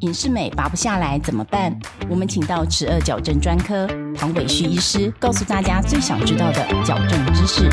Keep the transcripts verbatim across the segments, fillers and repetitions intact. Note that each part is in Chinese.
隐适美拔不下来怎么办？我们请到齿颚矫正专科唐伟旭医师，告诉大家最想知道的矫正知识。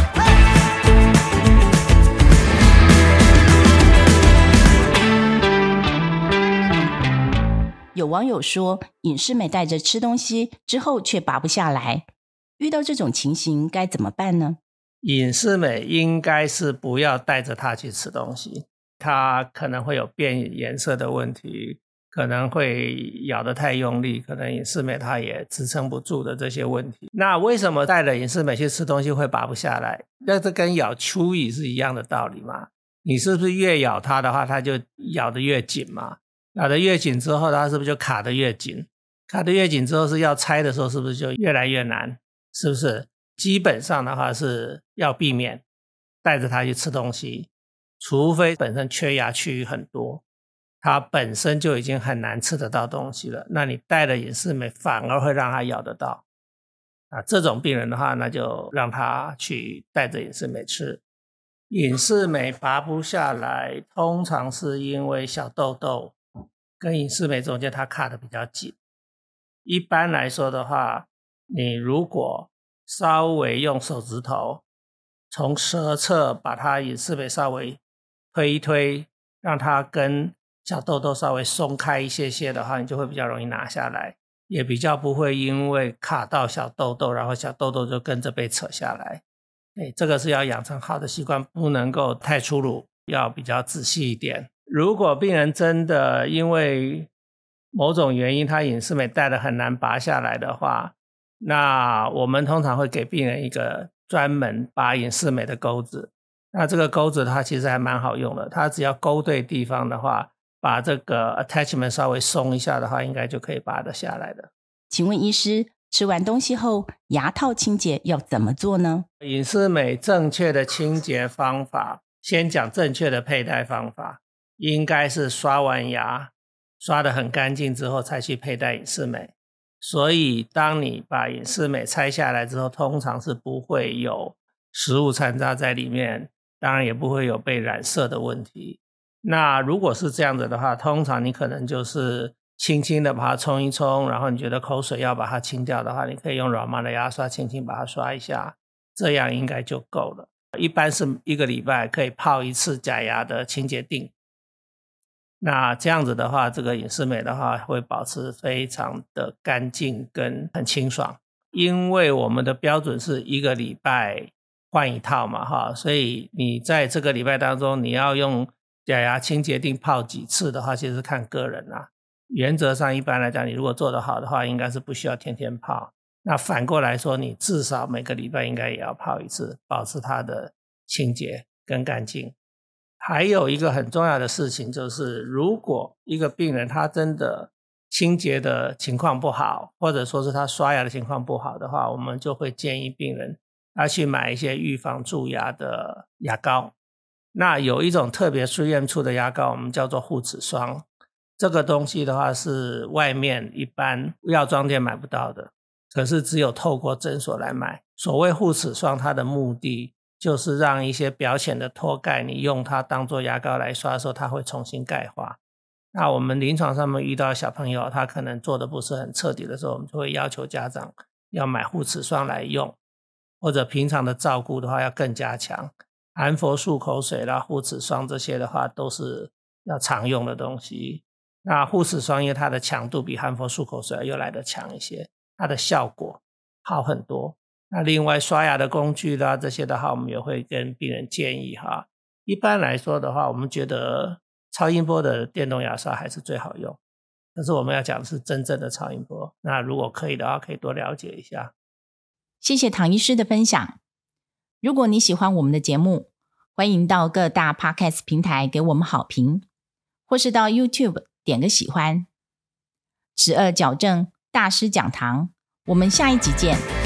有网友说，隐适美带着吃东西之后却拔不下来，遇到这种情形该怎么办呢？ 隐适美应该是不要带着它去吃东西，它可能会有变颜色的问题，可能会咬得太用力，可能隐适美它也支撑不住的这些问题。那为什么带了隐适美去吃东西会拔不下来？那这跟咬蚯蚓是一样的道理嘛？你是不是越咬它的话，它就咬得越紧嘛？咬得越紧之后，它是不是就卡得越紧？卡得越紧之后，是要拆的时候是不是就越来越难？是不是？基本上的话是要避免带着它去吃东西，除非本身缺牙区域很多，它本身就已经很难吃得到东西了，那你带了隐适美反而会让它咬得到。啊，这种病人的话，那就让他去带着隐适美吃。隐适美拔不下来，通常是因为小痘痘跟隐适美中间它卡得比较紧。一般来说的话，你如果稍微用手指头从舌侧把它隐适美稍微推一推，让它跟小痘痘稍微松开一些些的话，你就会比较容易拿下来，也比较不会因为卡到小痘痘，然后小痘痘就跟着被扯下来。诶，这个是要养成好的习惯，不能够太粗鲁，要比较仔细一点。如果病人真的因为某种原因他隐适美带得很难拔下来的话，那我们通常会给病人一个专门拔隐适美的钩子。那这个钩子它其实还蛮好用的，它只要勾对地方的话，把这个 attachment 稍微松一下的话，应该就可以拔得下来的。 请问医师，吃完东西后牙套清洁要怎么做呢？ 隐适美正确的清洁方法，先讲正确的佩戴方法，应该是刷完牙刷得很干净之后才去佩戴隐适美。所以当你把隐适美拆下来之后，通常是不会有食物残渣在里面，当然也不会有被染色的问题。那如果是这样子的话，通常你可能就是轻轻的把它冲一冲，然后你觉得口水要把它清掉的话，你可以用软毛的牙刷轻轻把它刷一下，这样应该就够了。一般是一个礼拜可以泡一次假牙的清洁锭。那这样子的话，这个隐适美的话会保持非常的干净跟很清爽。因为我们的标准是一个礼拜换一套嘛哈，所以你在这个礼拜当中你要用假牙清洁锭泡几次的话，其实是看个人啦。原则上一般来讲，你如果做得好的话，应该是不需要天天泡。那反过来说，你至少每个礼拜应该也要泡一次，保持它的清洁跟干净。还有一个很重要的事情就是，如果一个病人他真的清洁的情况不好，或者说是他刷牙的情况不好的话，我们就会建议病人要去买一些预防蛀牙的牙膏。那有一种特别试验处的牙膏，我们叫做护齿霜。这个东西的话是外面一般药妆店买不到的，可是只有透过诊所来买。所谓护齿霜，它的目的就是让一些表浅的脱钙，你用它当做牙膏来刷的时候，它会重新钙化。那我们临床上面遇到小朋友他可能做的不是很彻底的时候，我们就会要求家长要买护齿霜来用，或者平常的照顾的话要更加强。含氟漱口水啦、护齿霜这些的话都是要常用的东西。那护齿霜因为它的强度比含氟漱口水又来得强一些，它的效果好很多。那另外刷牙的工具啦这些的话，我们也会跟病人建议哈。一般来说的话，我们觉得超音波的电动牙刷还是最好用，可是我们要讲的是真正的超音波。那如果可以的话，可以多了解一下。 谢谢唐医师的分享。如果你喜欢我们的节目，欢迎到各大 Podcast 平台给我们好评，或是到 YouTube 点个喜欢。齿颚矫正大师讲堂，我们下一集见。